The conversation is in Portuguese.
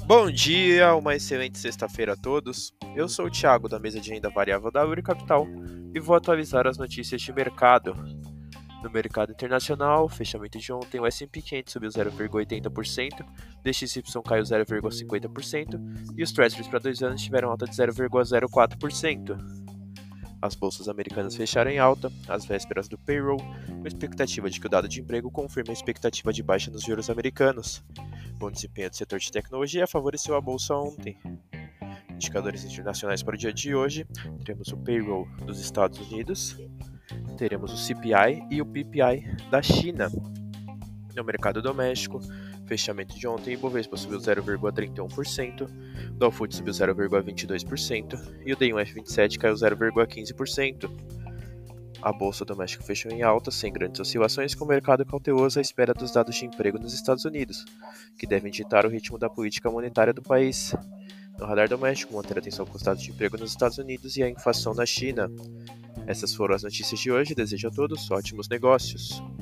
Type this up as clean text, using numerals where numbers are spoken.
Bom dia, uma excelente sexta-feira a todos. Eu sou o Thiago da mesa de renda variável da Uri Capital e vou atualizar as notícias de mercado. No mercado internacional, fechamento de ontem, o S&P 500 subiu 0,80%, o DXY caiu 0,50% e os Treasuries para 2 anos tiveram alta de 0,04%. As bolsas americanas fecharam em alta, às vésperas do payroll, com expectativa de que o dado de emprego confirme a expectativa de baixa nos juros americanos. Bom desempenho do setor de tecnologia favoreceu a bolsa ontem. Indicadores internacionais para o dia de hoje: teremos o payroll dos Estados Unidos, teremos o CPI e o PPI da China. No mercado doméstico, fechamento de ontem, o Ibovespa subiu 0,31%, o Dow Food subiu 0,22% e o D1F27 caiu 0,15%. A bolsa doméstica fechou em alta, sem grandes oscilações, com o mercado cauteloso à espera dos dados de emprego nos Estados Unidos, que devem ditar o ritmo da política monetária do país. No radar doméstico, manter atenção com os dados de emprego nos Estados Unidos e a inflação na China. Essas foram as notícias de hoje. Desejo a todos ótimos negócios.